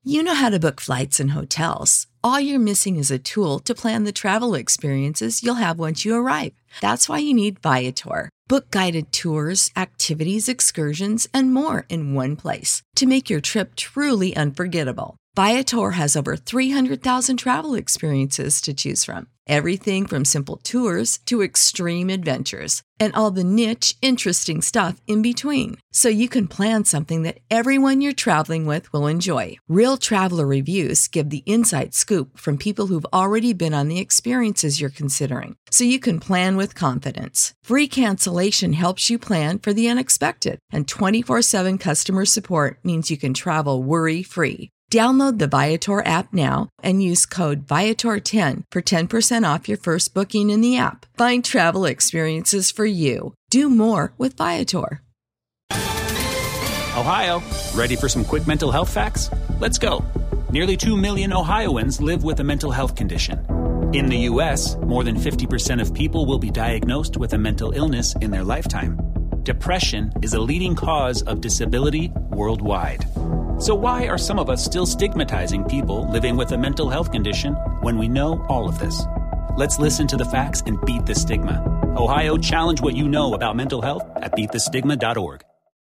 You know how to book flights and hotels. All you're missing is a tool to plan the travel experiences you'll have once you arrive. That's why you need Viator. Book guided tours, activities, excursions, and more in one place to make your trip truly unforgettable. Viator has over 300,000 travel experiences to choose from. Everything from simple tours to extreme adventures and all the niche, interesting stuff in between. So you can plan something that everyone you're traveling with will enjoy. Real traveler reviews give the inside scoop from people who've already been on the experiences you're considering. So you can plan with confidence. Free cancellation helps you plan for the unexpected. And 24/7 customer support means you can travel worry-free. Download the Viator app now and use code Viator10 for 10% off your first booking in the app. Find travel experiences for you. Do more with Viator. Ohio, ready for some quick mental health facts? Let's go. Nearly 2 million Ohioans live with a mental health condition. In the U.S., more than 50% of people will be diagnosed with a mental illness in their lifetime. Depression is a leading cause of disability worldwide. So why are some of us still stigmatizing people living with a mental health condition when we know all of this? Let's listen to the facts and beat the stigma. Ohio, challenge what you know about mental health at beatthestigma.org.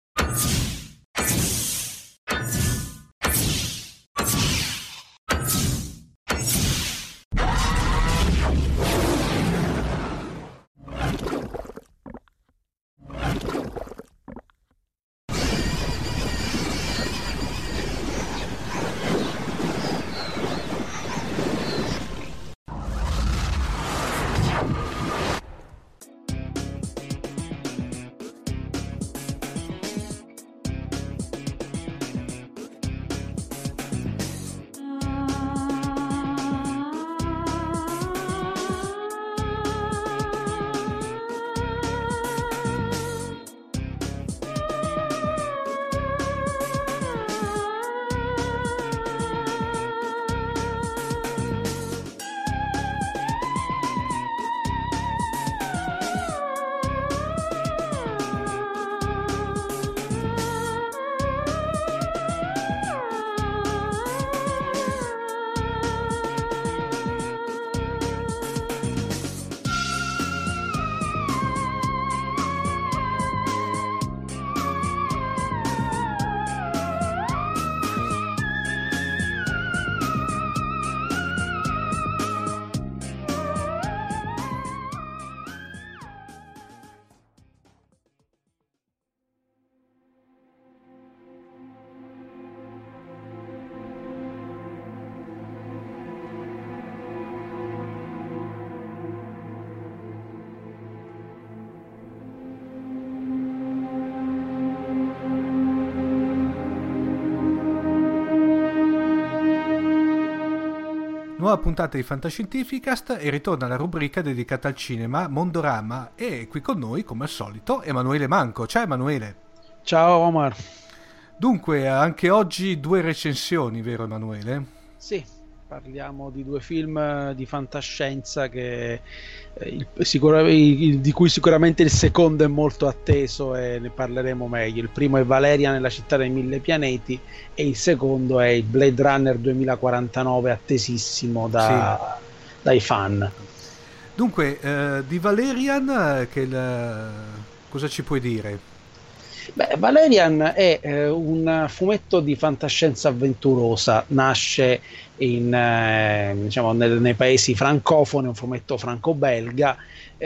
Nuova puntata di Fantascientificast e ritorna la rubrica dedicata al cinema Mondorama, e qui con noi come al solito Emanuele Manco. Ciao Emanuele. Ciao Omar. Dunque anche oggi 2 recensioni, vero Emanuele? Sì, parliamo di 2 film di fantascienza che di cui sicuramente il secondo è molto atteso e ne parleremo meglio. Il primo è Valeria nella città dei 1000 pianeti e il secondo è il Blade Runner 2049, attesissimo dai fan. Dunque di Valerian cosa ci puoi dire? Beh, Valerian è un fumetto di fantascienza avventurosa, nasce nei paesi francofoni, un fumetto franco-belga,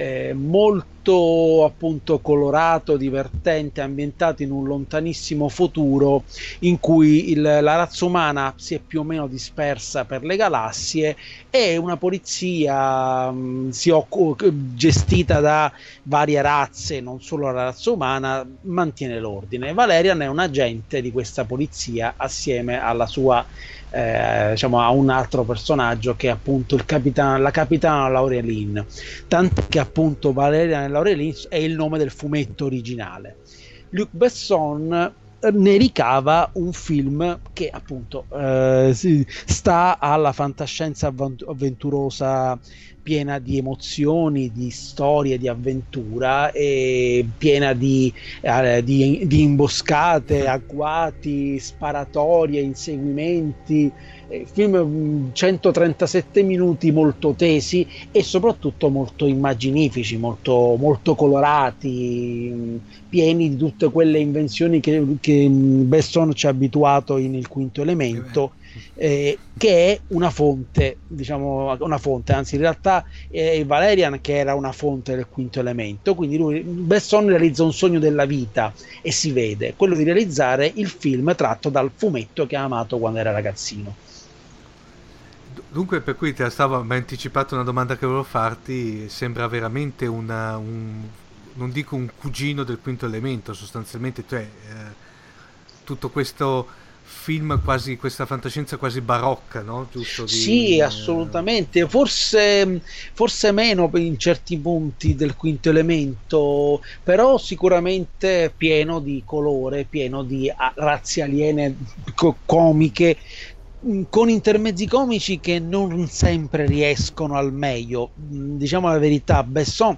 molto appunto colorato, divertente, ambientato in un lontanissimo futuro in cui la razza umana si è più o meno dispersa per le galassie e una polizia gestita da varie razze, non solo la razza umana, mantiene l'ordine. Valerian è un agente di questa polizia assieme alla sua a un altro personaggio che è appunto la capitana Laurelin, tanto che appunto Valerian e Laurelin è il nome del fumetto originale. Luc Besson ne ricava un film che appunto sta alla fantascienza avventurosa piena di emozioni, di storie, di avventura, e piena di imboscate, agguati, sparatorie, inseguimenti. Film 137 minuti molto tesi e soprattutto molto immaginifici, molto, molto colorati, pieni di tutte quelle invenzioni che Besson ci ha abituato nel Quinto Elemento, che è una fonte, anzi in realtà è Valerian che era una fonte del Quinto Elemento, quindi Besson realizza un sogno della vita e si vede, quello di realizzare il film tratto dal fumetto che ha amato quando era ragazzino. Dunque, per cui mi ha anticipato una domanda che volevo farti, sembra veramente non dico un cugino del Quinto Elemento, sostanzialmente, cioè tutto questo film quasi, questa fantascienza quasi barocca, no? Giusto? Sì, assolutamente, forse meno in certi punti del Quinto Elemento, però sicuramente pieno di colore, pieno di razze aliene comiche, con intermezzi comici che non sempre riescono al meglio. Diciamo la verità, Besson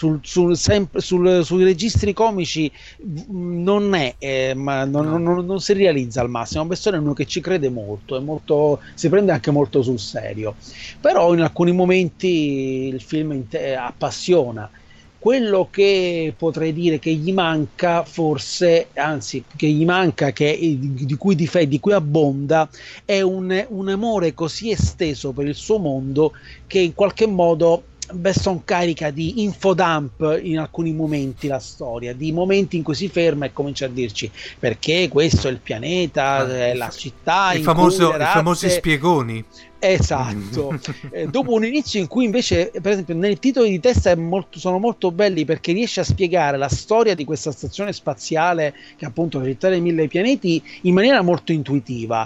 sui registri comici non è, non si realizza al massimo. Besson è uno che ci crede molto, si prende anche molto sul serio, però in alcuni momenti il film appassiona. Quello che potrei dire che gli manca, forse, anzi, che gli manca, di cui abbonda, è un amore così esteso per il suo mondo che in qualche modo Besson carica di infodump in alcuni momenti la storia, di momenti in cui si ferma e comincia a dirci perché questo è il pianeta, è la città, i famosi spiegoni. Esatto. Dopo un inizio in cui invece, per esempio, nei titoli di testa sono molto belli perché riesce a spiegare la storia di questa stazione spaziale che è appunto la città dei mille pianeti in maniera molto intuitiva.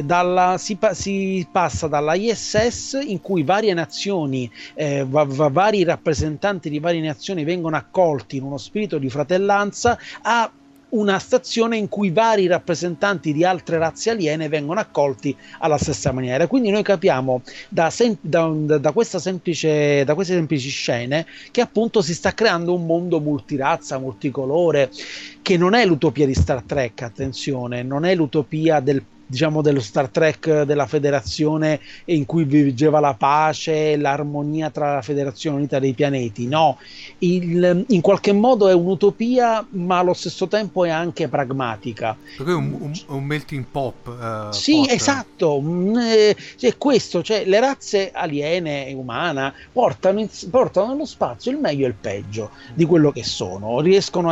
Si passa dalla ISS, in cui varie nazioni, vari rappresentanti di varie nazioni vengono accolti in uno spirito di fratellanza, a una stazione in cui vari rappresentanti di altre razze aliene vengono accolti alla stessa maniera. Quindi noi capiamo da queste semplici scene che appunto si sta creando un mondo multirazza, multicolore, che non è l'utopia di Star Trek, attenzione, non è l'utopia dello Star Trek della Federazione in cui vigeva la pace, l'armonia tra la Federazione Unita dei Pianeti. No, in qualche modo è un'utopia, ma allo stesso tempo è anche pragmatica. Perché è un melting pop. Sì, esatto. È questo, cioè le razze aliene e umana portano nello spazio il meglio e il peggio di quello che sono. Riescono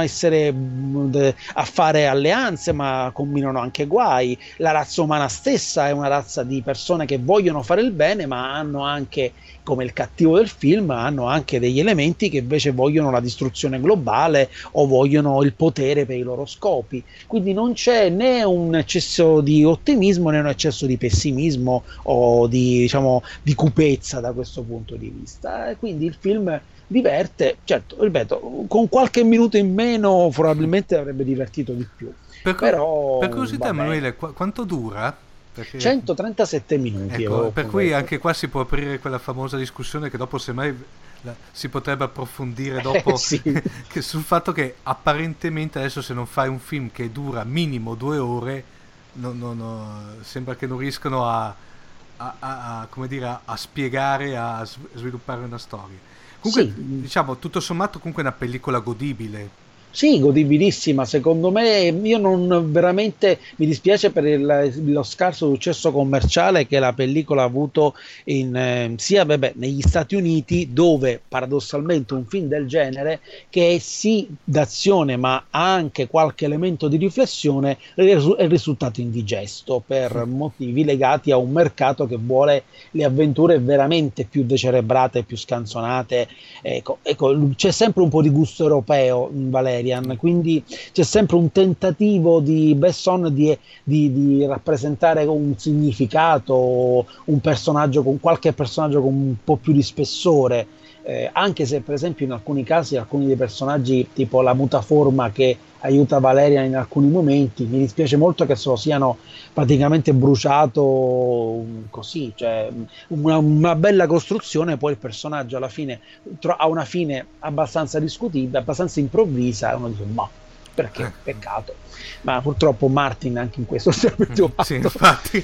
a fare alleanze, ma combinano anche guai. La razza umana stessa è una razza di persone che vogliono fare il bene, ma hanno anche, come il cattivo del film, hanno anche degli elementi che invece vogliono la distruzione globale o vogliono il potere per i loro scopi. Quindi non c'è né un eccesso di ottimismo né un eccesso di pessimismo o di cupezza da questo punto di vista. Quindi il film diverte, certo, ripeto, con qualche minuto in meno probabilmente avrebbe divertito di più. Per curiosità, Emanuele, quanto dura? Perché 137 minuti. Ecco, per cui anche qua si può aprire quella famosa discussione che dopo semmai si potrebbe approfondire dopo sì. che sul fatto che apparentemente adesso, se non fai un film che dura minimo 2 ore, sembra che non riescano a spiegare, a sviluppare una storia. Comunque, sì, diciamo, tutto sommato comunque è una pellicola godibile. Sì, godibilissima, secondo me. Io non veramente mi dispiace per lo scarso successo commerciale che la pellicola ha avuto sia negli Stati Uniti, dove paradossalmente un film del genere, che è sì d'azione ma ha anche qualche elemento di riflessione, è risultato indigesto per motivi legati a un mercato che vuole le avventure veramente più decerebrate, più scanzonate. Ecco, c'è sempre un po' di gusto europeo in Valerian, quindi c'è sempre un tentativo di Besson di rappresentare un significato, un personaggio, con qualche personaggio con un po' più di spessore. anche se per esempio in alcuni casi alcuni dei personaggi, tipo la mutaforma che aiuta Valerian in alcuni momenti, mi dispiace molto che se lo siano praticamente bruciato così, cioè una bella costruzione, poi il personaggio alla fine ha una fine abbastanza discutibile, abbastanza improvvisa, e uno dice ma perché? Peccato. Ma purtroppo Martin anche in questo si è abituato. Sì, infatti.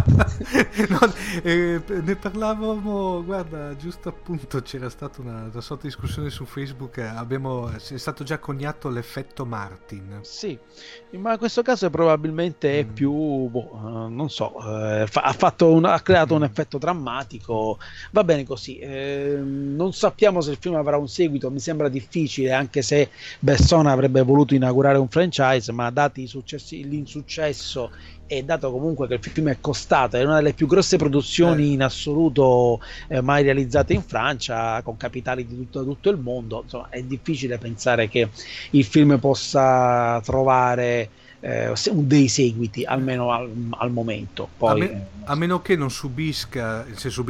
Ne parlavamo, guarda, giusto appunto c'era stata una sorta di discussione su Facebook, è stato già coniato l'effetto Martin. Sì, ma in questo caso probabilmente è più, non so, ha creato un effetto drammatico, va bene così. Non sappiamo se il film avrà un seguito, mi sembra difficile, anche se Besson avrebbe voluto inaugurare un franchise, ma dati l'insuccesso e dato comunque che il film è costato, è una delle più grosse produzioni in assoluto mai realizzate in Francia, con capitali di tutto il mondo, insomma è difficile pensare che il film possa trovare dei seguiti, almeno al momento. Poi, a meno che non subisca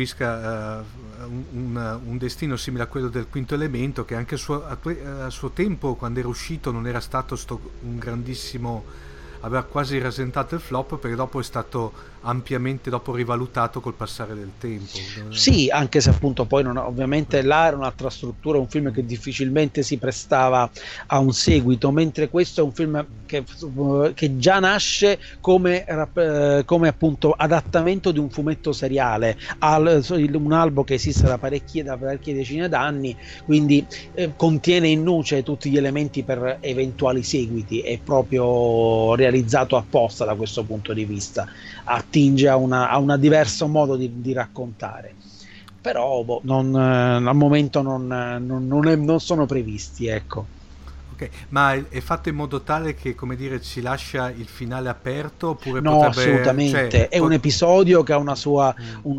un destino simile a quello del Quinto Elemento, che anche a suo tempo, quando era uscito, non era stato un grandissimo, aveva quasi rasentato il flop, perché dopo è stato ampiamente rivalutato col passare del tempo. Sì, anche se appunto poi ovviamente là era un'altra struttura, un film che difficilmente si prestava a un seguito, mentre questo è un film che già nasce come appunto adattamento di un fumetto seriale, un albo che esiste da parecchie decine d'anni, quindi contiene in nuce tutti gli elementi per eventuali seguiti, è proprio realizzato apposta da questo punto di vista, attinge a un diverso modo di raccontare, però al momento non sono previsti, ecco. Ok, ma è fatto in modo tale che, come dire, ci lascia il finale aperto, oppure no, assolutamente, è un episodio che ha un suo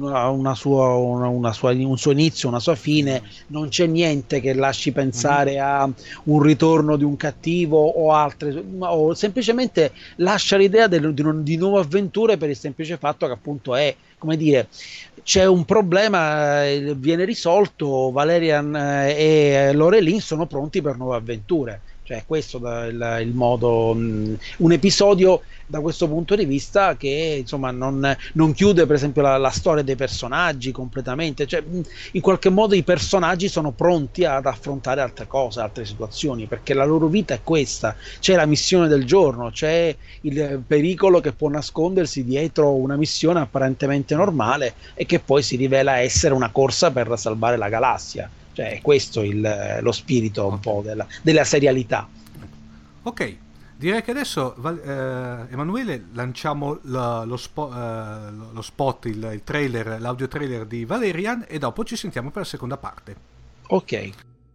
inizio, una sua fine, non c'è niente che lasci pensare a un ritorno di un cattivo o altre, o semplicemente lascia l'idea di nuove avventure, per il semplice fatto che appunto è, come dire, c'è un problema, viene risolto, Valerian e Laureline sono pronti per nuove avventure. Cioè questo il modo, un episodio da questo punto di vista che insomma non chiude per esempio la storia dei personaggi completamente, cioè in qualche modo i personaggi sono pronti ad affrontare altre cose, altre situazioni, perché la loro vita è questa, c'è la missione del giorno, c'è il pericolo che può nascondersi dietro una missione apparentemente normale e che poi si rivela essere una corsa per salvare la galassia. Cioè, è questo lo spirito un po' della serialità. Ok, direi che adesso Emanuele lanciamo lo spot, il trailer, l'audio trailer di Valerian, e dopo ci sentiamo per la seconda parte. Ok.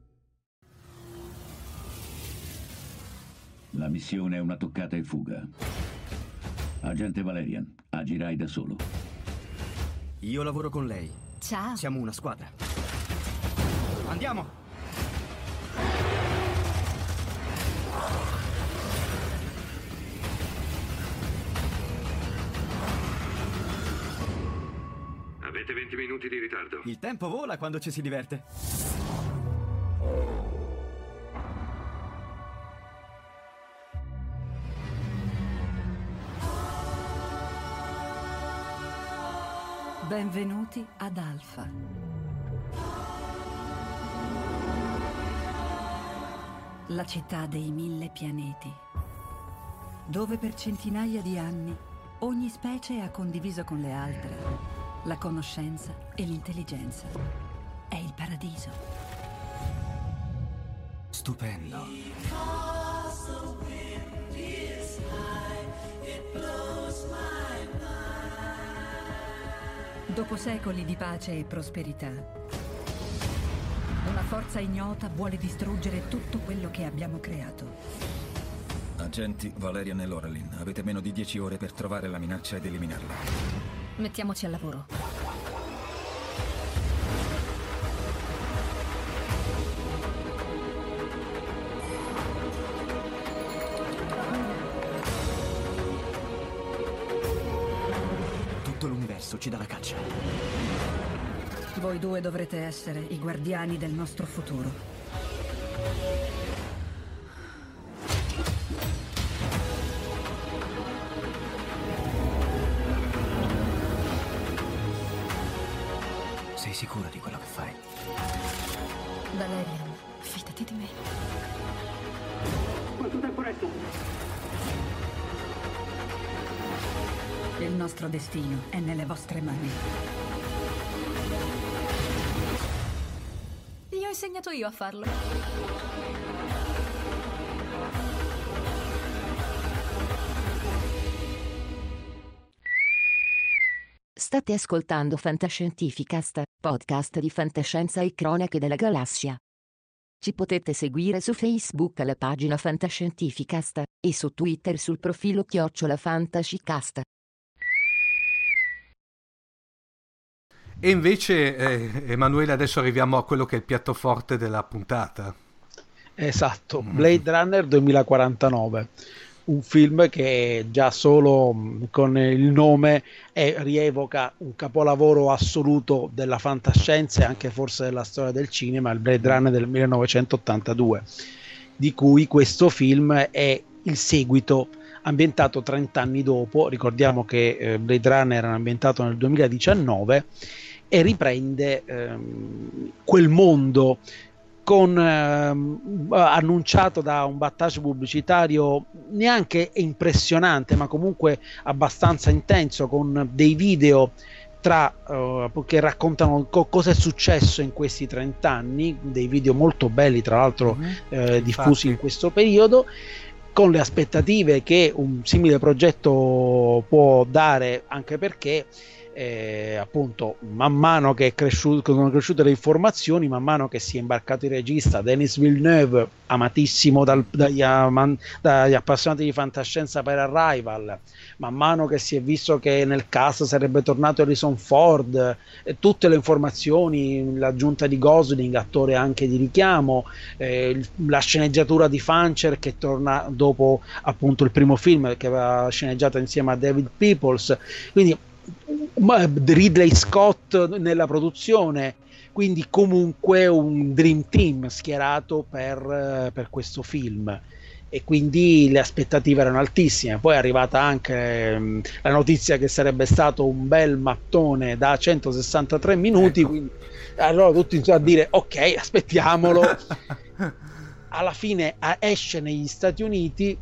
La missione è una toccata e fuga. Agente Valerian, agirai da solo. Io lavoro con lei. Ciao. Siamo una squadra. Andiamo! Avete 20 minuti di ritardo. Il tempo vola quando ci si diverte. Benvenuti ad Alpha. La città dei 1000 pianeti, dove per centinaia di anni ogni specie ha condiviso con le altre la conoscenza e l'intelligenza. È il paradiso. Stupendo. Dopo secoli di pace e prosperità, una forza ignota vuole distruggere tutto quello che abbiamo creato. Agenti Valerian e Laureline, avete meno di 10 ore per trovare la minaccia ed eliminarla. Mettiamoci al lavoro. Tutto l'universo ci dà la caccia. Voi due dovrete essere i guardiani del nostro futuro. Sei sicura di quello che fai? Valerian, fidati di me. Quanto tempo resta? Il nostro destino è nelle vostre mani. Gli ho insegnato io a farlo. State ascoltando Fantascientificast, podcast di fantascienza e cronache della galassia. Ci potete seguire su Facebook alla pagina Fantascientificast e su Twitter sul profilo @fantascicast. E invece, Emanuele, adesso arriviamo a quello che è il piatto forte della puntata. Esatto, Blade Runner 2049, un film che già solo con il nome rievoca un capolavoro assoluto della fantascienza e anche forse della storia del cinema, il Blade Runner del 1982, di cui questo film è il seguito ambientato 30 anni dopo. Ricordiamo che Blade Runner era ambientato nel 2019 e riprende quel mondo annunciato da un battage pubblicitario neanche impressionante, ma comunque abbastanza intenso, con dei video che raccontano cosa è successo in questi 30 anni, dei video molto belli tra l'altro, diffusi in questo periodo, con le aspettative che un simile progetto può dare, anche perché appunto man mano che sono cresciute le informazioni, man mano che si è imbarcato il regista Denis Villeneuve, amatissimo dagli appassionati di fantascienza per Arrival, man mano che si è visto che nel cast sarebbe tornato Harrison Ford, tutte le informazioni, l'aggiunta di Gosling, attore anche di richiamo, la sceneggiatura di Fincher che torna dopo appunto il primo film che aveva sceneggiato insieme a David Peoples, quindi Ridley Scott nella produzione, quindi comunque un dream team schierato per questo film, e quindi le aspettative erano altissime. Poi è arrivata anche la notizia che sarebbe stato un bel mattone da 163 minuti, ecco. Quindi allora tutti iniziano a dire ok, aspettiamolo. Alla fine esce negli Stati Uniti,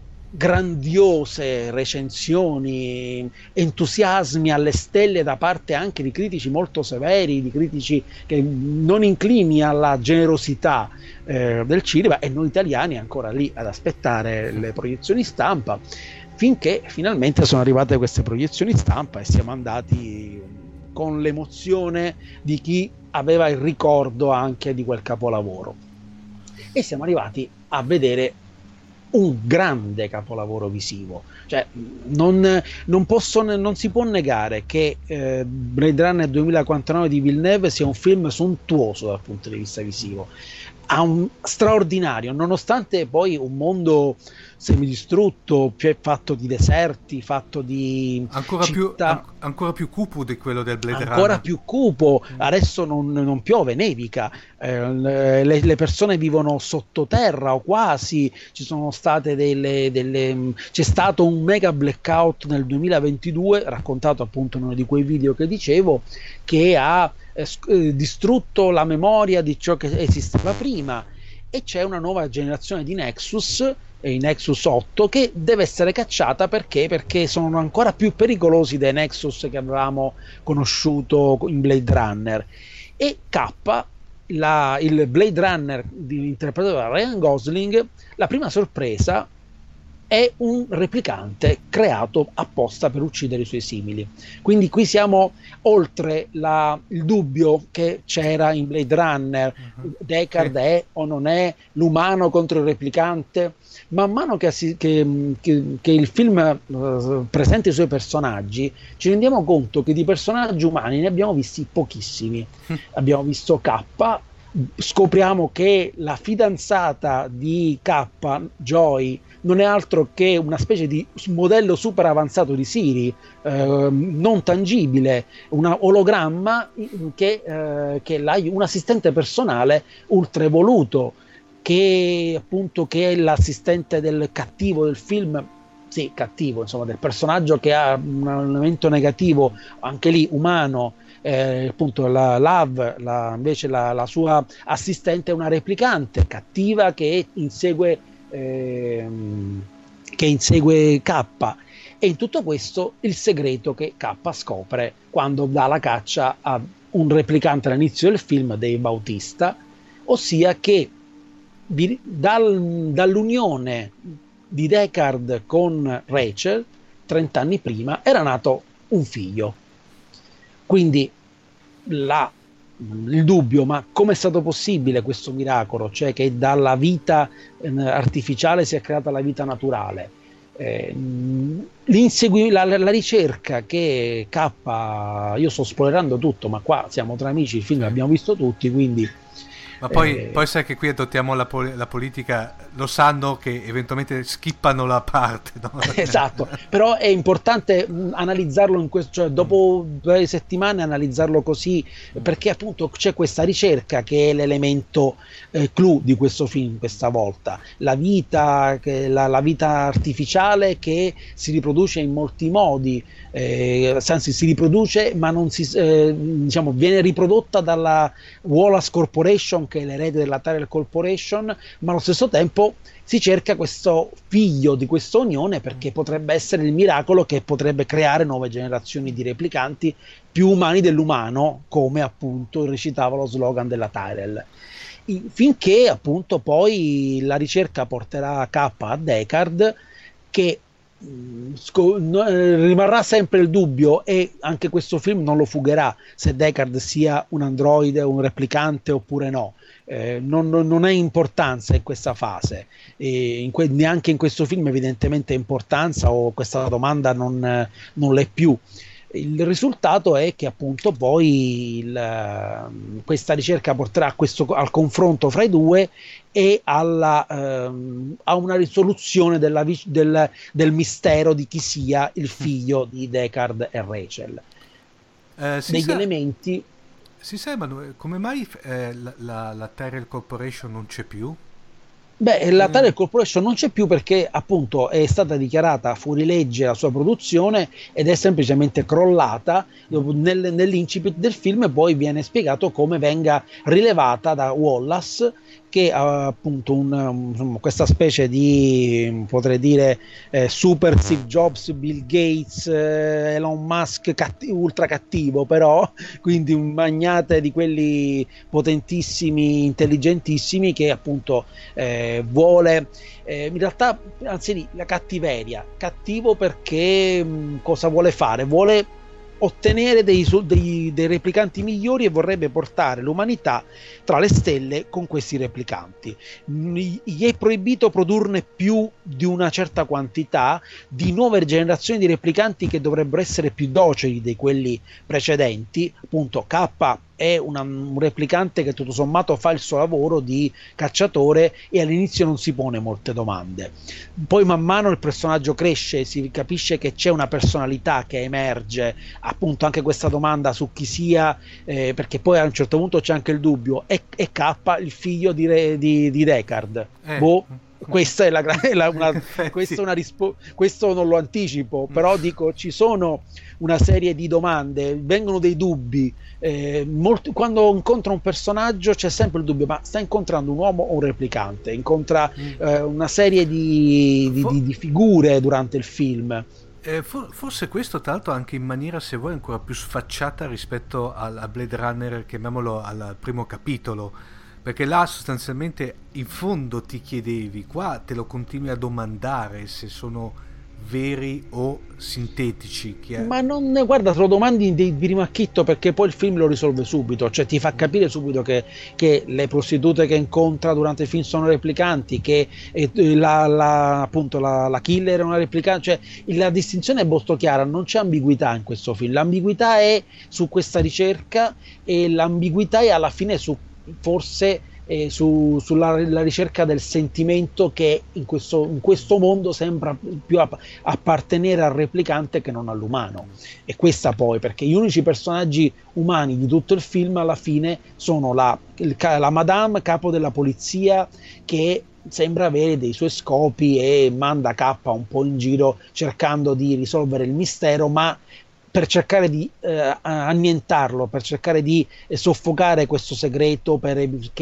grandiose recensioni, entusiasmi alle stelle da parte anche di critici molto severi, di critici che non inclini alla generosità del cinema, e noi italiani ancora lì ad aspettare le proiezioni stampa, finché finalmente sono arrivate queste proiezioni stampa e siamo andati con l'emozione di chi aveva il ricordo anche di quel capolavoro, e siamo arrivati a vedere un grande capolavoro visivo. Cioè non si può negare che Blade Runner 2049 di Villeneuve sia un film sontuoso dal punto di vista visivo, straordinario, nonostante poi un mondo semidistrutto, cioè fatto di deserti, fatto di ancora più cupo di quello del Blade Runner, ancora più cupo. Adesso non piove, nevica, le persone vivono sottoterra o quasi, ci sono state c'è stato un mega blackout nel 2022, raccontato appunto in uno di quei video che dicevo, che ha distrutto la memoria di ciò che esisteva prima, e c'è una nuova generazione di Nexus, i Nexus 8, che deve essere cacciata perché sono ancora più pericolosi dei Nexus che avevamo conosciuto in Blade Runner. E il Blade Runner interpretato da Ryan Gosling, la prima sorpresa è un replicante creato apposta per uccidere i suoi simili. Quindi qui siamo oltre il dubbio che c'era in Blade Runner, Deckard è o non è l'umano contro il replicante. Man mano che il film presenta i suoi personaggi, ci rendiamo conto che di personaggi umani ne abbiamo visti pochissimi. Abbiamo visto K, scopriamo che la fidanzata di K, Joy, non è altro che una specie di modello super avanzato di Siri, non tangibile, un ologramma che è un assistente personale ultra evoluto, che appunto che è l'assistente del cattivo del film. Sì, cattivo, insomma, del personaggio che ha un elemento negativo, anche lì umano. Appunto la Love, invece la sua assistente è una replicante cattiva che insegue K, e in tutto questo il segreto che K scopre quando dà la caccia a un replicante all'inizio del film, Dave Bautista, ossia che dall'unione di Deckard con Rachel 30 anni prima era nato un figlio. Quindi il dubbio, ma come è stato possibile questo miracolo, cioè che dalla vita artificiale si è creata la vita naturale? La ricerca che K, io sto spoilerando tutto, ma qua siamo tra amici, il film l'abbiamo visto tutti, quindi... Ma poi sai che qui adottiamo la politica, lo sanno che eventualmente skippano la parte, no? Esatto, però è importante analizzarlo cioè dopo 2 settimane analizzarlo così, perché appunto c'è questa ricerca che è l'elemento clou di questo film questa volta, la vita artificiale che si riproduce in molti modi, anzi si riproduce ma non si diciamo viene riprodotta dalla Wallace Corporation, che è l'erede della Tyrell Corporation, ma allo stesso tempo si cerca questo figlio di questa unione, perché potrebbe essere il miracolo che potrebbe creare nuove generazioni di replicanti più umani dell'umano, come appunto recitava lo slogan della Tyrell. Finché appunto poi la ricerca porterà K a Deckard, che rimarrà sempre il dubbio, e anche questo film non lo fugherà, se Deckard sia un androide, un replicante oppure no. Non è importanza in questa fase, neanche in questo film evidentemente importanza, o questa domanda non l'è più. Il risultato è che appunto poi questa ricerca porterà al confronto fra i due e a una risoluzione del mistero di chi sia il figlio di Deckard e Rachel. Degli elementi. Si sa, Emanuele, come mai la Tyrell Corporation non c'è più? Beh, la Tyrell Corporation non c'è più perché appunto è stata dichiarata fuorilegge la sua produzione ed è semplicemente crollata. Nell'incipit del film poi viene spiegato come venga rilevata da Wallace, che ha appunto questa specie di, potrei dire, super Steve Jobs, Bill Gates, Elon Musk ultra cattivo, però, quindi un magnate di quelli potentissimi, intelligentissimi, che appunto vuole, in realtà, anzi la cattiveria, cattivo perché cosa vuole fare? Vuole ottenere dei replicanti migliori e vorrebbe portare l'umanità tra le stelle con questi replicanti. Gli è proibito produrne più di una certa quantità di nuove generazioni di replicanti che dovrebbero essere più docili di quelli precedenti. Appunto K è un replicante che tutto sommato fa il suo lavoro di cacciatore e all'inizio non si pone molte domande. Poi man mano il personaggio cresce, si capisce che c'è una personalità che emerge, appunto anche questa domanda su chi sia, perché poi a un certo punto c'è anche il dubbio, è K il figlio di Deckard? Questa è questo non lo anticipo, però dico, ci sono una serie di domande, vengono dei dubbi, quando incontra un personaggio c'è sempre il dubbio, ma sta incontrando un uomo o un replicante? Incontra una serie di figure durante il film. Forse questo tra l'altro anche in maniera, se vuoi, ancora più sfacciata rispetto a Blade Runner, chiamiamolo, al primo capitolo, perché là sostanzialmente in fondo ti chiedevi, qua te lo continui a domandare se sono veri o sintetici. Ma non, guarda, te lo domandi di primo acchitto, perché poi il film lo risolve subito, cioè ti fa capire subito che le prostitute che incontra durante il film sono replicanti, che appunto la killer è una replicante, cioè la distinzione è molto chiara, non c'è ambiguità in questo film, l'ambiguità è su questa ricerca e l'ambiguità è alla fine su forse sulla la ricerca del sentimento che in questo mondo sembra più appartenere al replicante che non all'umano. E questa poi, perché gli unici personaggi umani di tutto il film alla fine sono la madame capo della polizia, che sembra avere dei suoi scopi e manda K un po' in giro cercando di risolvere il mistero, ma per cercare di annientarlo, per cercare di soffocare questo segreto, per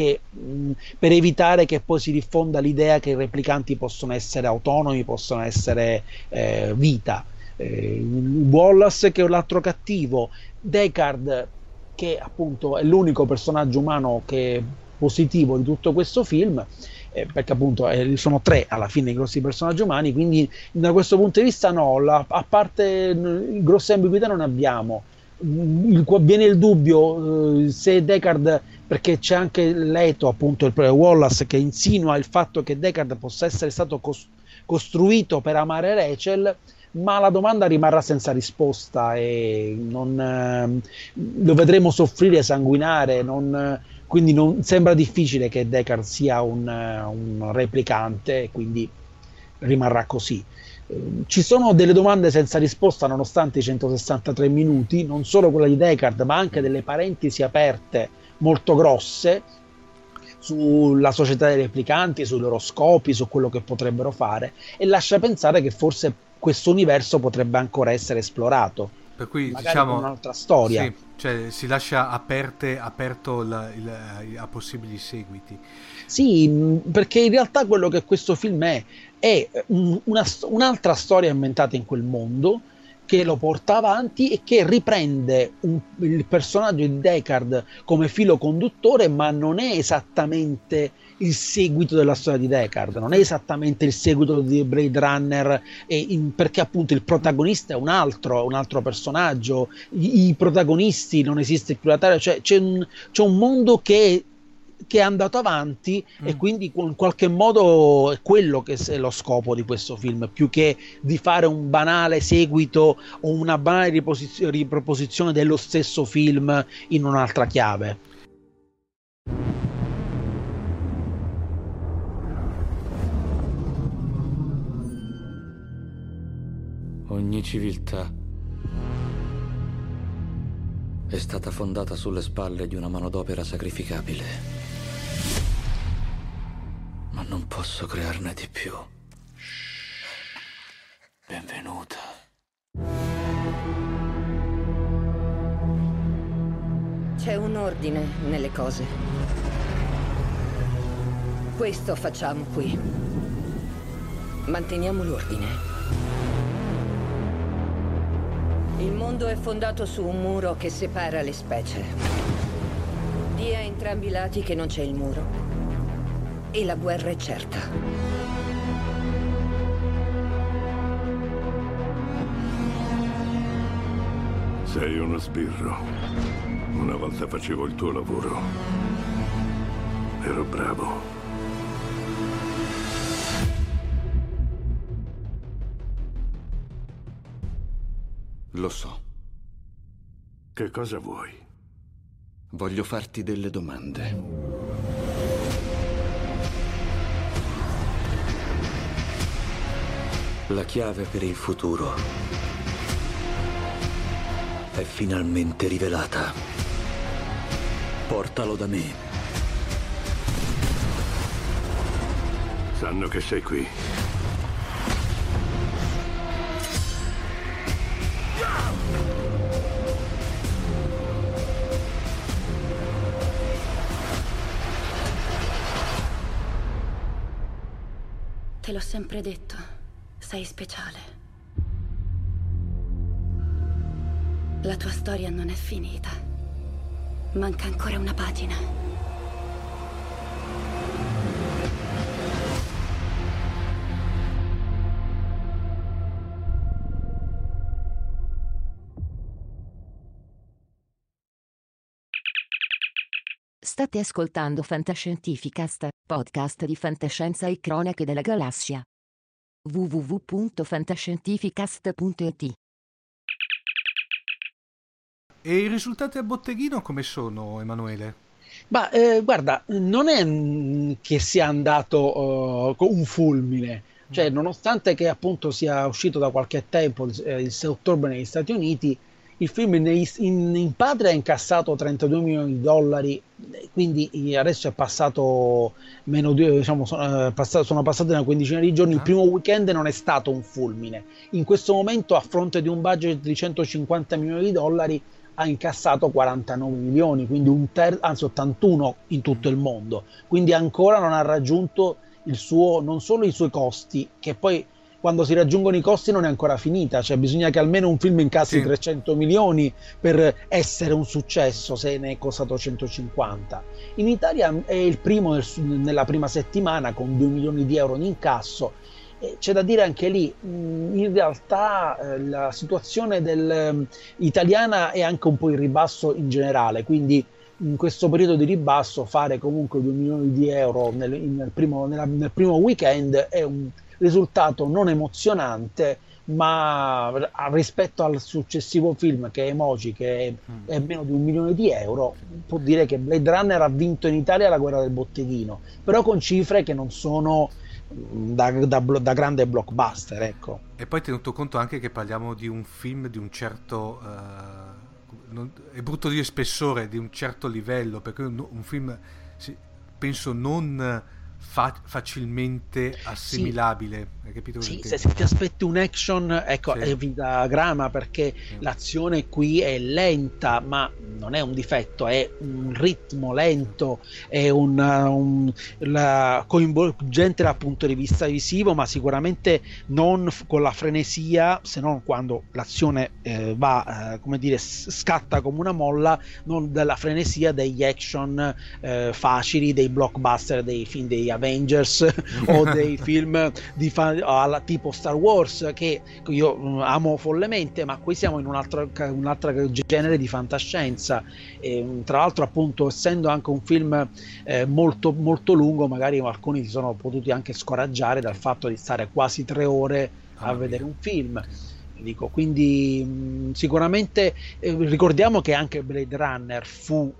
evitare che poi si diffonda l'idea che i replicanti possono essere autonomi, possono essere vita. Wallace, che è l'altro cattivo, Deckard, che appunto è l'unico personaggio umano che è positivo di tutto questo film, perché appunto sono 3 alla fine i grossi personaggi umani, quindi da questo punto di vista no, a parte grosse ambiguità non abbiamo. Viene il dubbio se Deckard, perché c'è anche Leto, appunto il Wallace, che insinua il fatto che Deckard possa essere stato costruito per amare Rachel, ma la domanda rimarrà senza risposta e lo vedremo soffrire, sanguinare, quindi non sembra difficile che Deckard sia un replicante, quindi rimarrà così. Ci sono delle domande senza risposta nonostante i 163 minuti, non solo quella di Deckard, ma anche delle parentesi aperte molto grosse sulla società dei replicanti, sui loro scopi, su quello che potrebbero fare, e lascia pensare che forse questo universo potrebbe ancora essere esplorato. Per cui magari diciamo con un'altra storia. Sì, cioè si lascia aperto a possibili seguiti. Sì, perché in realtà quello che questo film è un'altra storia ambientata in quel mondo, che lo porta avanti e che riprende il personaggio di Deckard come filo conduttore, ma non è esattamente il seguito della storia di Deckard, non è esattamente il seguito di Blade Runner, perché appunto il protagonista è un altro personaggio, i protagonisti non esiste più la Terra, cioè c'è un mondo che è andato avanti e quindi in qualche modo è quello che è lo scopo di questo film, più che di fare un banale seguito o una banale riproposizione dello stesso film in un'altra chiave. Ogni civiltà è stata fondata sulle spalle di una manodopera sacrificabile. Ma non posso crearne di più. Benvenuta. C'è un ordine nelle cose. Questo facciamo qui. Manteniamo l'ordine. Il mondo è fondato su un muro che separa le specie. Di a entrambi i lati che non c'è il muro. E la guerra è certa. Sei uno sbirro. Una volta facevo il tuo lavoro. Ero bravo. Lo so. Che cosa vuoi? Voglio farti delle domande. La chiave per il futuro è finalmente rivelata. Portalo da me. Sanno che sei qui. Te l'ho sempre detto. Sei speciale. La tua storia non è finita. Manca ancora una pagina. State ascoltando Fantascientificast, podcast di fantascienza e cronache della galassia. www.fantascientificast.it. E i risultati a botteghino come sono, Emanuele? Ma guarda, non è che sia andato con un fulmine, cioè nonostante che appunto sia uscito da qualche tempo, il 6 ottobre negli Stati Uniti, il film in patria ha incassato 32 milioni di dollari, quindi adesso è passato diciamo, sono passati una quindicina di giorni. Il primo weekend non è stato un fulmine. In questo momento, a fronte di un budget di 150 milioni di dollari, ha incassato 49 milioni, quindi anzi 81 in tutto il mondo. Quindi ancora non ha raggiunto non solo i suoi costi, che poi quando si raggiungono i costi non è ancora finita, cioè bisogna che almeno un film incassi 300 milioni per essere un successo, se ne è costato 150. In Italia è il primo nella prima settimana con 2 milioni di euro in incasso. C'è da dire anche lì, in realtà la situazione italiana è anche un po' in ribasso in generale, quindi in questo periodo di ribasso fare comunque 2 milioni di euro nel primo weekend è un risultato non emozionante, ma rispetto al successivo film, che è Emoji, che è meno di 1 milione di euro, può dire che Blade Runner ha vinto in Italia la guerra del botteghino, però con cifre che non sono da grande blockbuster, ecco. E poi tenuto conto anche che parliamo di un film di un certo è brutto dire spessore, di un certo livello, perché un film penso non facilmente assimilabile, hai capito? Sì, se ti aspetti un action, ecco, è vita grama, perché l'azione qui è lenta, ma non è un difetto, è un ritmo lento, è coinvolgente dal punto di vista visivo, ma sicuramente non con la frenesia, se non quando l'azione come dire, scatta come una molla, non della frenesia degli action facili, dei blockbuster, dei film dei Avengers o dei film tipo Star Wars, che io amo follemente, ma qui siamo in un altro genere di fantascienza. Tra l'altro, appunto, essendo anche un film molto molto lungo, magari alcuni si sono potuti anche scoraggiare dal fatto di stare quasi 3 ore a vedere un film. Dico, quindi sicuramente ricordiamo che anche Blade Runner fu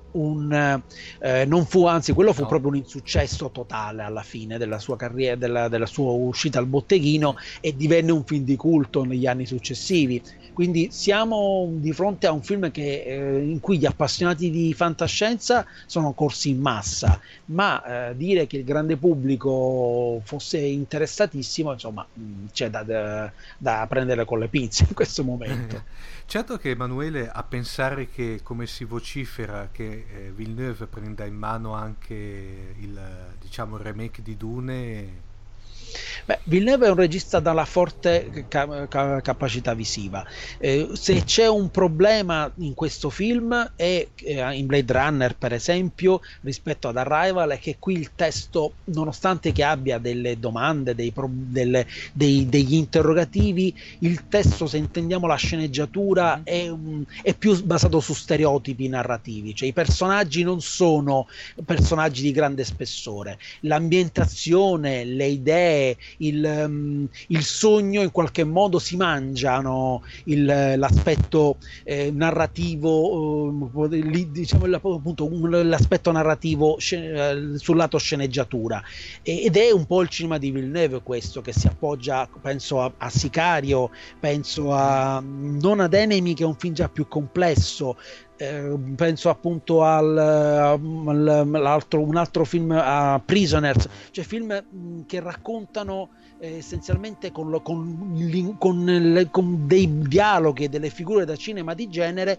quello fu proprio un insuccesso totale alla fine della sua carriera, della sua uscita al botteghino, e divenne un film di culto negli anni successivi. Quindi siamo di fronte a un film in cui gli appassionati di fantascienza sono corsi in massa, ma dire che il grande pubblico fosse interessatissimo, insomma, c'è da prendere con le pinze in questo momento. Certo che, Emanuele, a pensare che, come si vocifera, che Villeneuve prenda in mano anche il remake di Dune. Villeneuve è un regista dalla forte capacità visiva. Se c'è un problema in questo film, in Blade Runner per esempio, rispetto ad Arrival, è che qui il testo, nonostante che abbia delle domande, degli interrogativi, il testo, se intendiamo la sceneggiatura, è più basato su stereotipi narrativi, cioè i personaggi non sono personaggi di grande spessore, l'ambientazione, le idee, il sogno in qualche modo si mangiano l'aspetto narrativo, diciamo appunto l'aspetto narrativo sul lato sceneggiatura, ed è un po' il cinema di Villeneuve questo, che si appoggia, penso a Sicario, penso non ad Enemy, che è un film già più complesso, penso appunto un altro film, a Prisoners, cioè film che raccontano essenzialmente con dei dialoghi e delle figure da cinema di genere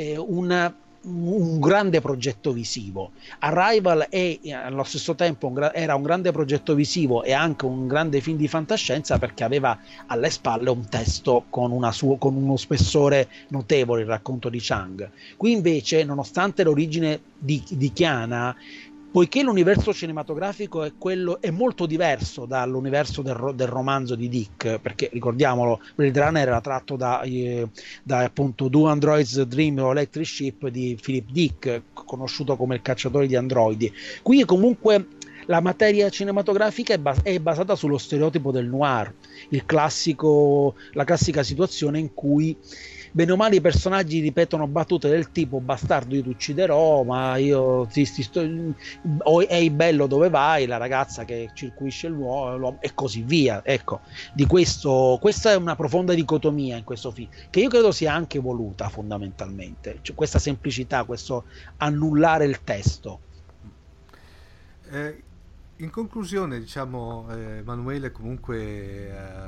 un grande progetto visivo. Arrival allo stesso tempo era un grande progetto visivo e anche un grande film di fantascienza, perché aveva alle spalle un testo con uno spessore notevole, il racconto di Chang. Qui invece, nonostante l'origine di Chiana, poiché l'universo cinematografico è molto diverso dall'universo del romanzo di Dick, perché ricordiamolo, Blade Runner era tratto da appunto Do Androids Dream o Electric Ship di Philip Dick, conosciuto come il cacciatore di androidi. Qui comunque la materia cinematografica è basata sullo stereotipo del noir, la classica situazione in cui bene o male i personaggi ripetono battute del tipo bastardo io ti ucciderò, ma io ehi bello dove vai, la ragazza che circuisce l'uomo e così via. Ecco, questa è una profonda dicotomia in questo film, che io credo sia anche voluta fondamentalmente, cioè, questa semplicità, questo annullare il testo. In conclusione, diciamo, Emanuele comunque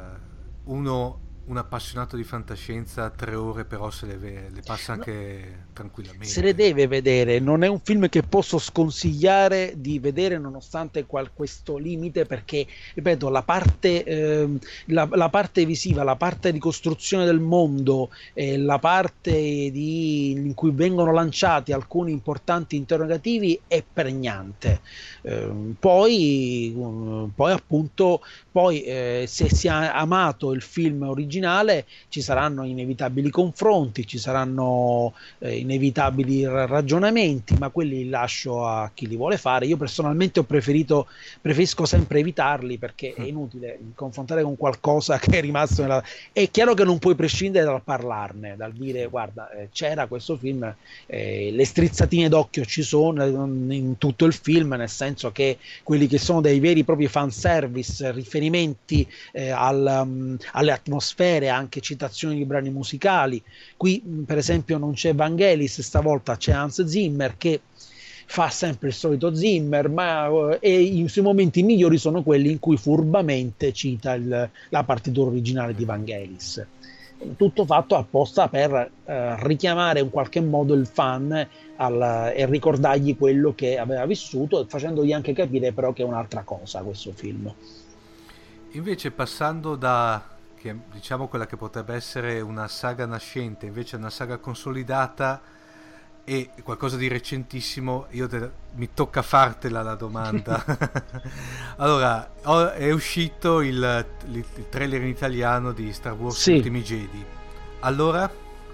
un appassionato di fantascienza, 3 ore però se le passa anche tranquillamente. Se le deve vedere, non è un film che posso sconsigliare di vedere nonostante questo limite, perché ripeto, la parte visiva, la parte di costruzione del mondo, la parte in cui vengono lanciati alcuni importanti interrogativi è pregnante. Poi appunto se si è amato il film originale ci saranno inevitabili confronti, ci saranno inevitabili ragionamenti, ma quelli li lascio a chi li vuole fare. Io personalmente preferisco sempre evitarli, perché è inutile confrontare con qualcosa che è rimasto è chiaro che non puoi prescindere dal parlarne, dal dire guarda, c'era questo film, le strizzatine d'occhio ci sono in tutto il film, nel senso che quelli che sono dei veri e propri fanservice, riferimenti alle atmosfere, anche citazioni di brani musicali. Qui per esempio non c'è Vangelis, stavolta c'è Hans Zimmer che fa sempre il solito Zimmer, e i suoi momenti migliori sono quelli in cui furbamente cita la partitura originale di Vangelis. Tutto fatto apposta per richiamare in qualche modo il fan e ricordargli quello che aveva vissuto, facendogli anche capire però che è un'altra cosa questo film. Invece, passando da diciamo quella che potrebbe essere una saga nascente, invece una saga consolidata e qualcosa di recentissimo, mi tocca fartela la domanda. Allora, è uscito il trailer in italiano di Star Wars Ultimi Jedi. Allora,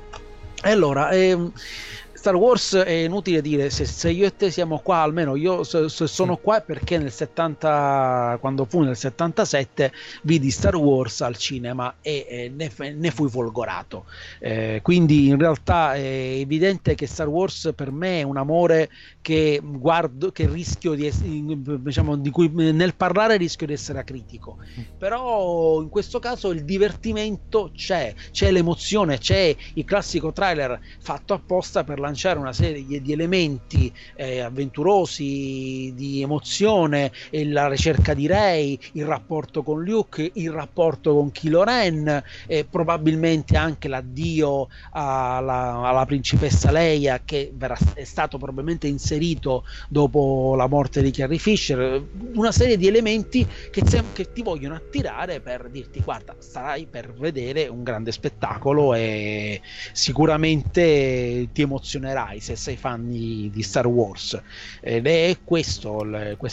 Star Wars è inutile dire, se io e te siamo qua, almeno io sono qua perché quando fu nel 77 vidi Star Wars al cinema e ne fui folgorato, quindi in realtà è evidente che Star Wars per me è un amore che rischio di cui nel parlare rischio di essere acritico, però in questo caso il divertimento c'è l'emozione, c'è il classico trailer fatto apposta per lanciare una serie di elementi avventurosi, di emozione, la ricerca di Rey, il rapporto con Luke, il rapporto con Kylo Ren, probabilmente anche l'addio alla principessa Leia, che è stato probabilmente inserito dopo la morte di Carrie Fisher. Una serie di elementi che ti vogliono attirare per dirti guarda, starai per vedere un grande spettacolo e sicuramente ti emozionerai se sei fan di Star Wars, ed è questo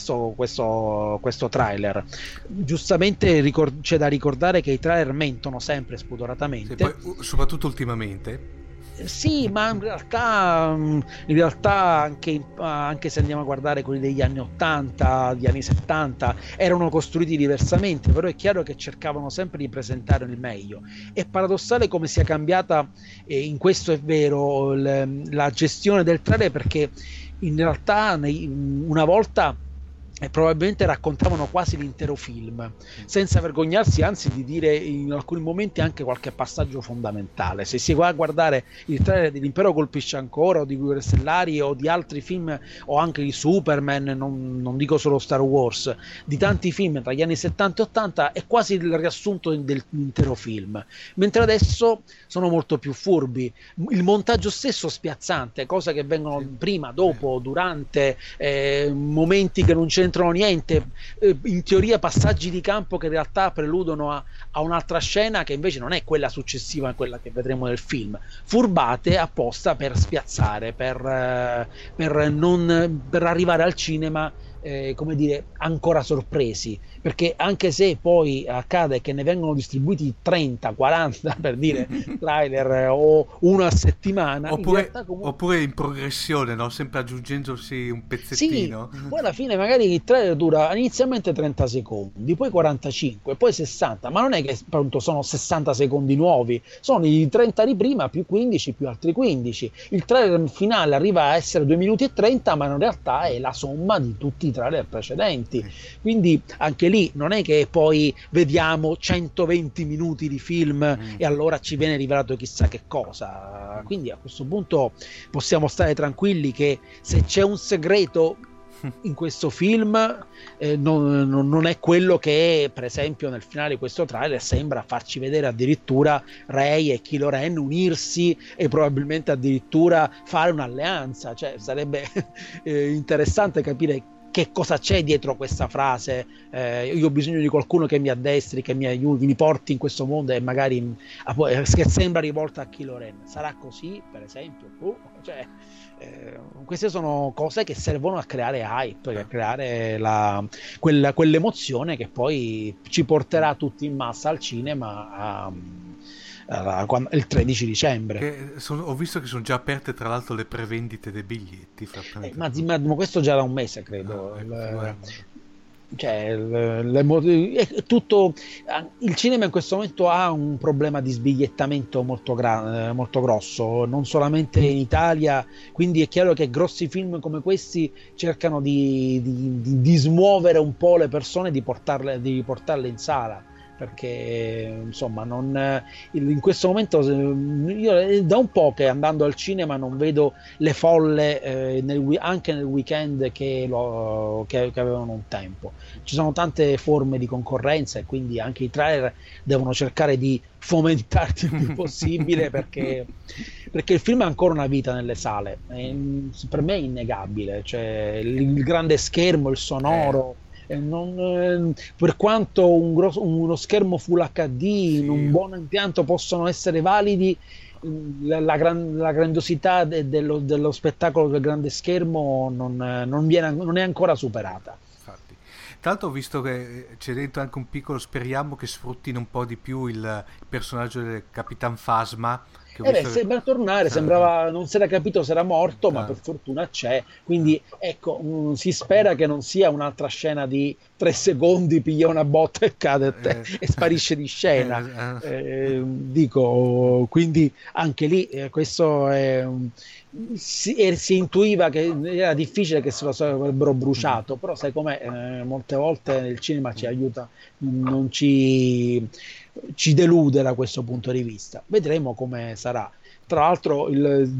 trailer. Giustamente c'è da ricordare che i trailer mentono sempre spudoratamente, poi, soprattutto ultimamente. Sì, ma in realtà anche se andiamo a guardare quelli degli anni 80, degli anni 70, erano costruiti diversamente, però è chiaro che cercavano sempre di presentare il meglio. È paradossale come sia cambiata, in questo è vero, la gestione del trailer, perché in realtà una volta probabilmente raccontavano quasi l'intero film senza vergognarsi anzi di dire in alcuni momenti anche qualche passaggio fondamentale. Se si va a guardare il trailer dell'Impero colpisce ancora, o di Guerre Stellari, o di altri film, o anche di Superman, non dico solo Star Wars, di tanti film tra gli anni 70 e 80, è quasi il riassunto dell'intero film, mentre adesso sono molto più furbi, il montaggio stesso spiazzante, cose che vengono prima, dopo, durante, momenti che non c'entrano niente, in teoria passaggi di campo che in realtà preludono a un'altra scena che invece non è quella successiva a quella che vedremo nel film, furbate apposta per spiazzare, per arrivare al cinema come dire, ancora sorpresi, perché anche se poi accade che ne vengono distribuiti 30, 40 per dire trailer o uno a settimana, oppure in progressione, no? Sempre aggiungendosi un pezzettino. Sì, poi alla fine magari il trailer dura inizialmente 30 secondi, poi 45, poi 60, ma non è che appunto sono 60 secondi nuovi, sono i 30 di prima più 15 più altri 15. Il trailer finale arriva a essere 2 minuti e 30, ma in realtà è la somma di tutti i trailer precedenti. Quindi anche lì non è che poi vediamo 120 minuti di film e allora ci viene rivelato chissà che cosa. Quindi a questo punto possiamo stare tranquilli che se c'è un segreto in questo film non è quello che per esempio nel finale di questo trailer sembra farci vedere addirittura Rey e Kylo Ren unirsi e probabilmente addirittura fare un'alleanza. Cioè sarebbe interessante capire che cosa c'è dietro questa frase. Io ho bisogno di qualcuno che mi addestri, che mi aiuti, mi porti in questo mondo, e magari che sembra rivolta a Kylo Ren. Sarà così, per esempio? Queste sono cose che servono a creare hype, a creare quell'emozione che poi ci porterà tutti in massa al cinema il 13 dicembre. Ho visto che sono già aperte tra l'altro le prevendite dei biglietti. Ma questo già da un mese credo. Tutto il cinema in questo momento ha un problema di sbigliettamento molto grosso, non solamente in Italia, quindi è chiaro che grossi film come questi cercano di smuovere un po' le persone, di portarle in sala, perché insomma in questo momento io da un po' che andando al cinema non vedo le folle anche nel weekend che avevano un tempo. Ci sono tante forme di concorrenza e quindi anche i trailer devono cercare di fomentarti il più possibile perché il film ha ancora una vita nelle sale. Per me è innegabile, cioè il grande schermo, il sonoro. Per quanto uno schermo Full HD in un buon impianto possono essere validi, la grandiosità dello spettacolo del grande schermo non è ancora superata. Infatti. Tra l'altro ho visto che c'è dentro anche un piccolo, speriamo che sfruttino un po' di più il personaggio del Capitan Phasma. Sembra tornare, sembrava, non si era capito se era morto, ma per fortuna c'è, quindi ecco, si spera che non sia un'altra scena di 3 secondi, piglia una botta e cade e sparisce di scena. Dico, quindi anche lì questo si intuiva che era difficile che se lo avrebbero bruciato, però sai com'è, molte volte il cinema ci aiuta, non ci delude da questo punto di vista. Vedremo come sarà. Tra l'altro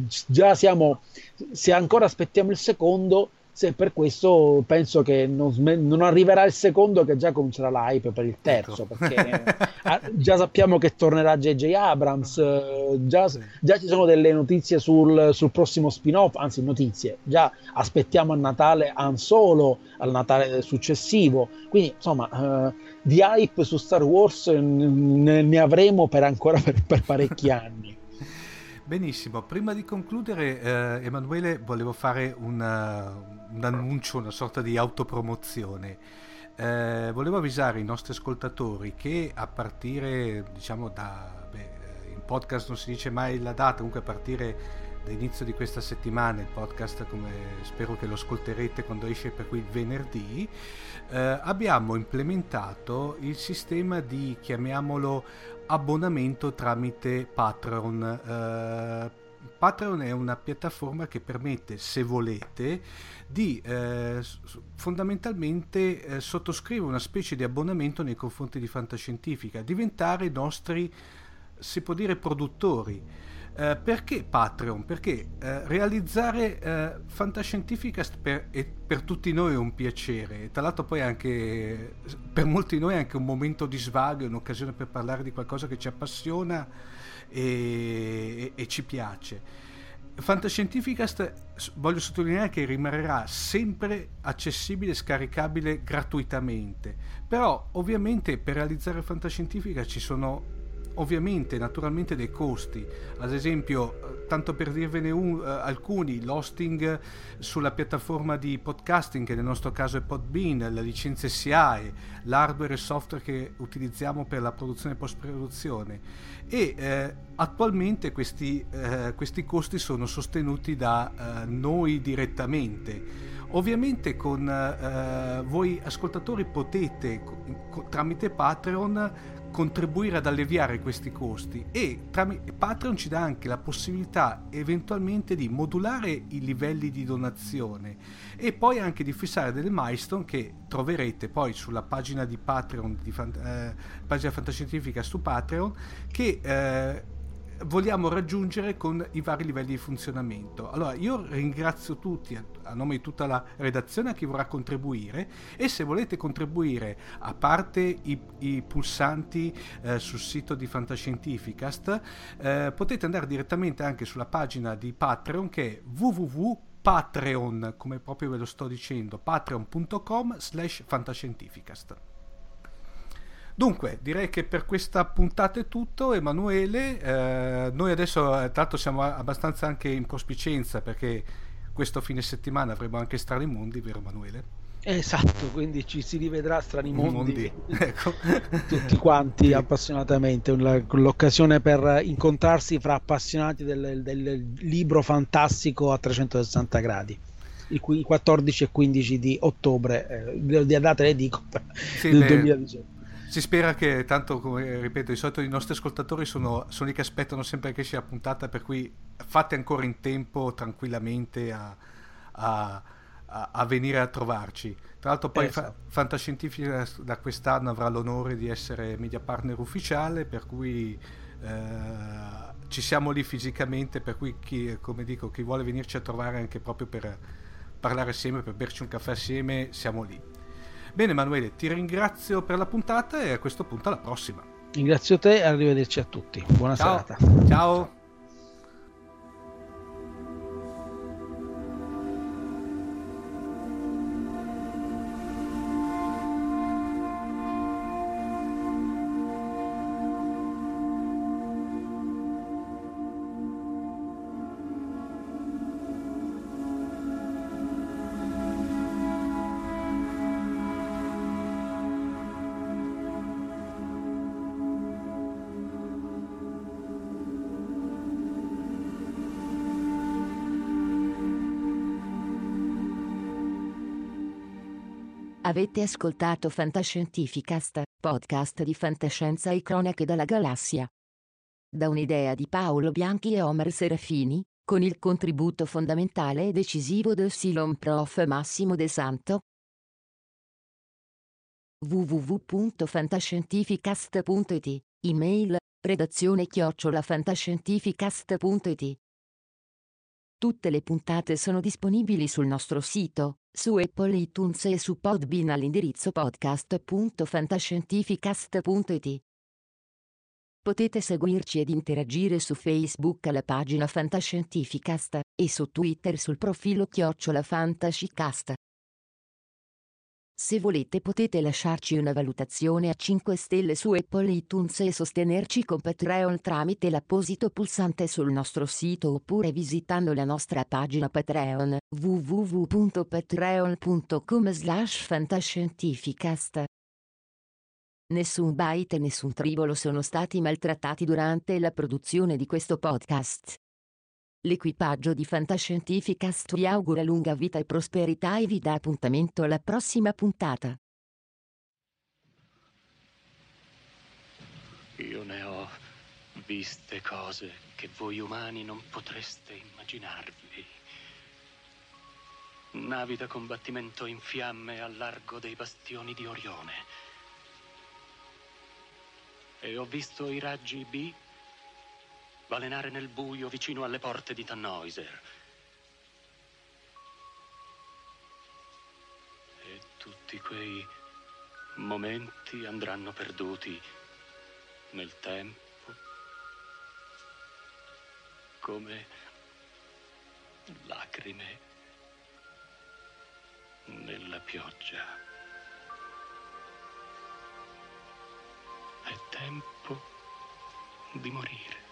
se ancora aspettiamo il secondo, se per questo penso che non arriverà il secondo, che già comincerà la hype per il terzo, perché già sappiamo che tornerà J.J. Abrams, già ci sono delle notizie sul prossimo spin-off, anzi già aspettiamo a Natale Han Solo, al Natale successivo, quindi insomma di hype su Star Wars ne avremo per parecchi anni. Benissimo, prima di concludere Emanuele, volevo fare un annuncio, una sorta di autopromozione. Volevo avvisare i nostri ascoltatori che a partire, diciamo, in podcast non si dice mai la data, comunque a partire dall'inizio di questa settimana, il podcast, come spero che lo ascolterete quando esce, per cui il venerdì, abbiamo implementato il sistema di, chiamiamolo, abbonamento tramite Patreon. Patreon è una piattaforma che permette, se volete, di fondamentalmente sottoscrivere una specie di abbonamento nei confronti di Fantascientifica, diventare nostri, si può dire, produttori. Perché Patreon? Perché realizzare Fantascientificast per tutti noi è un piacere, tra l'altro poi anche per molti di noi è anche un momento di svago, è un'occasione per parlare di qualcosa che ci appassiona e ci piace. Fantascientificast, voglio sottolineare che rimarrà sempre accessibile e scaricabile gratuitamente, però ovviamente per realizzare Fantascientifica ci sono ovviamente naturalmente dei costi. Ad esempio, tanto per dirvene alcuni, l'hosting sulla piattaforma di podcasting, che nel nostro caso è Podbean, le licenze SIAE, l'hardware e software che utilizziamo per la produzione e post-produzione, e attualmente questi costi sono sostenuti da noi direttamente. Ovviamente con voi ascoltatori potete tramite Patreon contribuire ad alleviare questi costi, e Patreon ci dà anche la possibilità eventualmente di modulare i livelli di donazione e poi anche di fissare delle milestone che troverete poi sulla pagina di Patreon, pagina Fantascientifica su Patreon, che vogliamo raggiungere con i vari livelli di funzionamento. Allora io ringrazio tutti a nome di tutta la redazione, a chi vorrà contribuire, e se volete contribuire, a parte i pulsanti sul sito di Fantascientificast, potete andare direttamente anche sulla pagina di Patreon, che è www.patreon, come proprio ve lo sto dicendo, patreon.com/fantascientificast. Dunque, direi che per questa puntata è tutto. Emanuele, noi adesso tra l'altro siamo abbastanza anche in prospicenza, perché questo fine settimana avremo anche Strani Mondi, vero Emanuele? Esatto, quindi ci si rivedrà Strani Mondi. Ecco. Tutti quanti appassionatamente, l'occasione per incontrarsi fra appassionati del libro fantastico a 360 gradi. I 14 e 15 di ottobre, le date le dico, del 2018. Si spera che, tanto come ripeto, di solito i nostri ascoltatori sono lì che aspettano sempre che esce la puntata, per cui fate ancora in tempo tranquillamente a venire a trovarci. Tra l'altro poi Fantascientifica da quest'anno avrà l'onore di essere media partner ufficiale, per cui ci siamo lì fisicamente, per cui chi vuole venirci a trovare anche proprio per parlare assieme, per berci un caffè assieme, siamo lì. Bene Emanuele, ti ringrazio per la puntata e a questo punto alla prossima. Ringrazio te e arrivederci a tutti. Buona serata. Ciao. Avete ascoltato Fantascientificast, podcast di fantascienza e cronache dalla galassia. Da un'idea di Paolo Bianchi e Omer Serafini, con il contributo fondamentale e decisivo del Silon Prof. Massimo De Santo. www.fantascientificast.it, email, redazione@fantascientificast.it. Tutte le puntate sono disponibili sul nostro sito, su Apple iTunes e su Podbean all'indirizzo podcast.fantascientificast.it. Potete seguirci ed interagire su Facebook alla pagina Fantascientificast e su Twitter sul profilo @Fantascicast. Se volete potete lasciarci una valutazione a 5 stelle su Apple iTunes e sostenerci con Patreon tramite l'apposito pulsante sul nostro sito oppure visitando la nostra pagina Patreon www.patreon.com/fantascientificast. Nessun byte e nessun tribolo sono stati maltrattati durante la produzione di questo podcast. L'equipaggio di Fantascientificast vi augura lunga vita e prosperità e vi dà appuntamento alla prossima puntata. Io ne ho viste cose che voi umani non potreste immaginarvi. Navi da combattimento in fiamme al largo dei bastioni di Orione. E ho visto i raggi B balenare nel buio vicino alle porte di Tannhäuser. E tutti quei momenti andranno perduti nel tempo, come lacrime nella pioggia. È tempo di morire.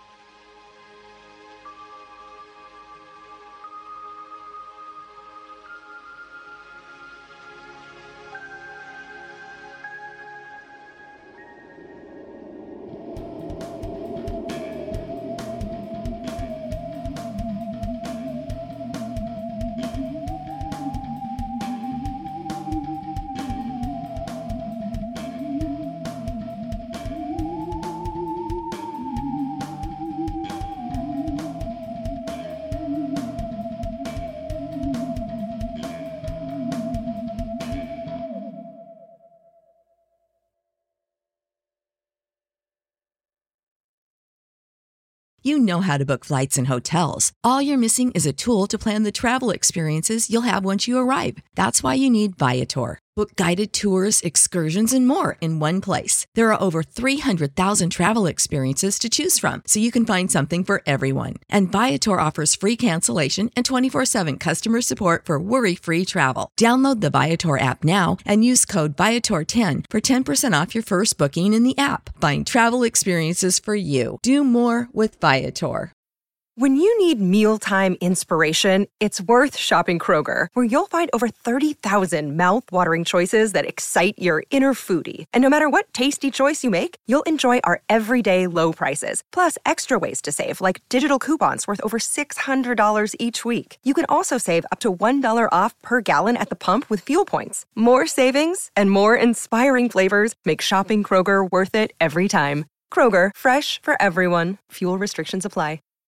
You know how to book flights and hotels. All you're missing is a tool to plan the travel experiences you'll have once you arrive. That's why you need Viator. Book guided tours, excursions, and more in one place. There are over 300,000 travel experiences to choose from, so you can find something for everyone. And Viator offers free cancellation and 24/7 customer support for worry-free travel. Download the Viator app now and use code Viator10 for 10% off your first booking in the app. Find travel experiences for you. Do more with Viator. When you need mealtime inspiration, it's worth shopping Kroger, where you'll find over 30,000 mouth-watering choices that excite your inner foodie. And no matter what tasty choice you make, you'll enjoy our everyday low prices, plus extra ways to save, like digital coupons worth over $600 each week. You can also save up to $1 off per gallon at the pump with fuel points. More savings and more inspiring flavors make shopping Kroger worth it every time. Kroger, fresh for everyone. Fuel restrictions apply.